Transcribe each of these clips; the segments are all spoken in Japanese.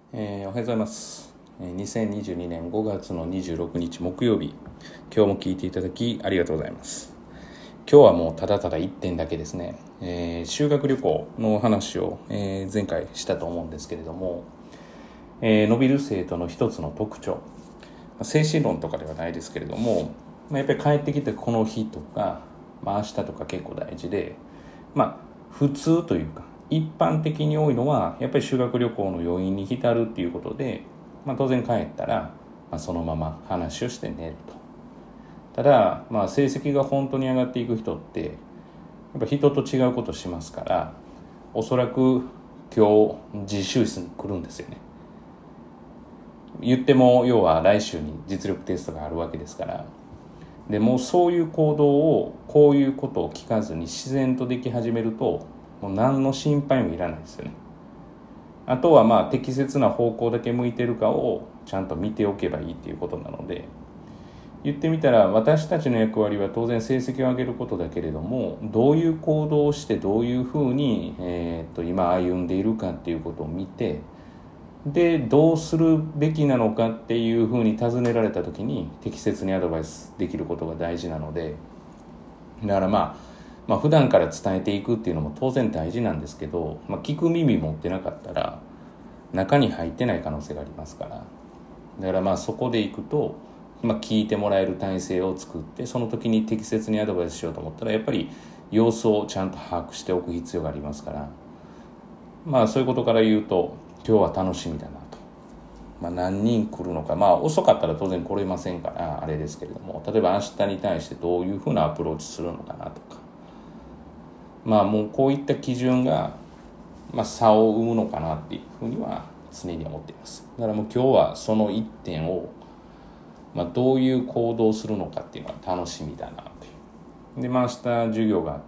おはようございます。2022年5月の26日木曜日、今日も聞いていただきありがとうございます。今日はもうただただ1点だけですね、修学旅行の話を、前回したと思うんですけれども、伸びる生徒の一つの特徴、精神論とかではないですけれども、やっぱり帰ってきてこの日とか、明日とか結構大事で、普通というか一般的に多いのはやっぱり修学旅行の余韻に浸るっていうことで、当然帰ったら、そのまま話をして寝ると。ただ、成績が本当に上がっていく人ってやっぱ人と違うことしますから、おそらく今日自習室に来るんですよね。言っても要は来週に実力テストがあるわけですから。でもうそういう行動を、こういうことを聞かずに自然とでき始めると、もう何の心配もいらないですよね。あとは適切な方向だけ向いてるかをちゃんと見ておけばいいっていうことなので、言ってみたら私たちの役割は当然成績を上げることだけれども、どういう行動をしてどういうふうに、今歩んでいるかっていうことを見て、でどうするべきなのかっていうふうに尋ねられた時に適切にアドバイスできることが大事なので、だから普段から伝えていくっていうのも当然大事なんですけど、聞く耳持ってなかったら中に入ってない可能性がありますから、だからそこでいくと、聞いてもらえる体制を作って、その時に適切にアドバイスしようと思ったらやっぱり様子をちゃんと把握しておく必要がありますから、そういうことから言うと今日は楽しみだなと。何人来るのか、遅かったら当然来れませんからあれですけれども、例えば明日に対してどういうふうなアプローチするのかなとか、もうこういった基準が、差を生むのかなっていうふうには常に思っています。だからもう今日はその一点を、どういう行動をするのかっていうのは楽しみだなという。で明日授業があって、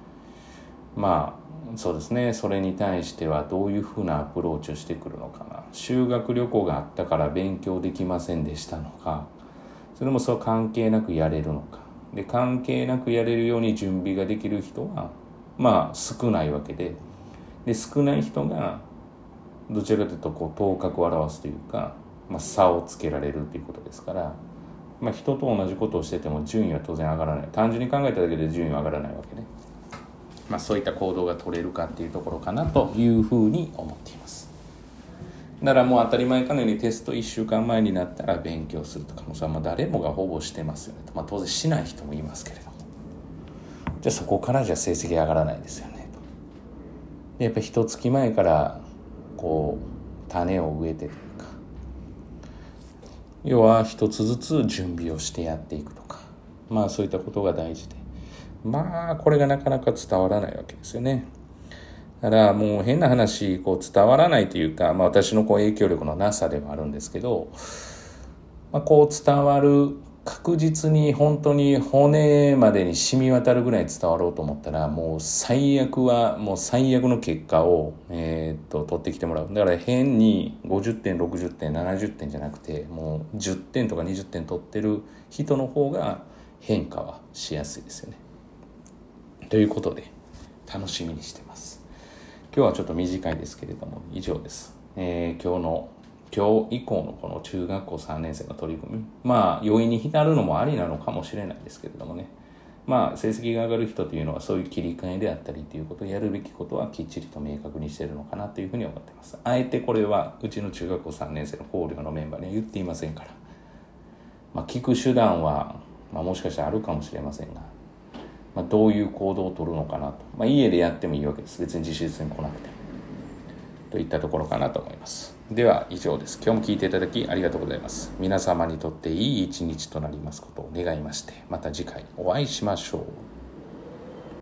そうですね、それに対してはどういうふうなアプローチをしてくるのかな。修学旅行があったから勉強できませんでしたのか、それもそう関係なくやれるのか。で関係なくやれるように準備ができる人は少ないわけで、少ない人がどちらかというと頭角を表すというか、差をつけられるということですから、人と同じことをしてても順位は当然上がらない。単純に考えただけで順位は上がらないわけね。そういった行動が取れるかっていうところかなというふうに思っています。だからもう当たり前かのようにテスト1週間前になったら勉強するとか、それは誰もがほぼしてますよねと。当然しない人もいますけれども、じゃあそこからじゃ成績上がらないですよねと。でやっぱり1月前から種を植えてというか、要は一つずつ準備をしてやっていくとか、そういったことが大事で、これがなかなか伝わらないわけですよね。だからもう変な話、伝わらないというか、私の影響力のなさではあるんですけど、伝わる、確実に本当に骨までに染み渡るぐらい伝わろうと思ったら、もう最悪の結果を、取ってきてもらう。だから変に50点60点70点じゃなくて、もう10点とか20点取ってる人の方が変化はしやすいですよね。ということで楽しみにしてます。今日はちょっと短いですけれども以上です。今日以降のこの中学校3年生の取り組み、容易に浸るのもありなのかもしれないですけれどもね、成績が上がる人というのはそういう切り替えであったりということをやるべきことはきっちりと明確にしているのかなというふうに思っています。あえてこれはうちの中学校3年生の校寮のメンバーには言っていませんから、聞く手段は、もしかしたらあるかもしれませんが、どういう行動を取るのかなと。家でやってもいいわけです。別に自習室に来なくてもといったところかなと思います。では以上です。今日も聞いていただきありがとうございます。皆様にとっていい一日となりますことを願いまして、また次回お会いしましょう。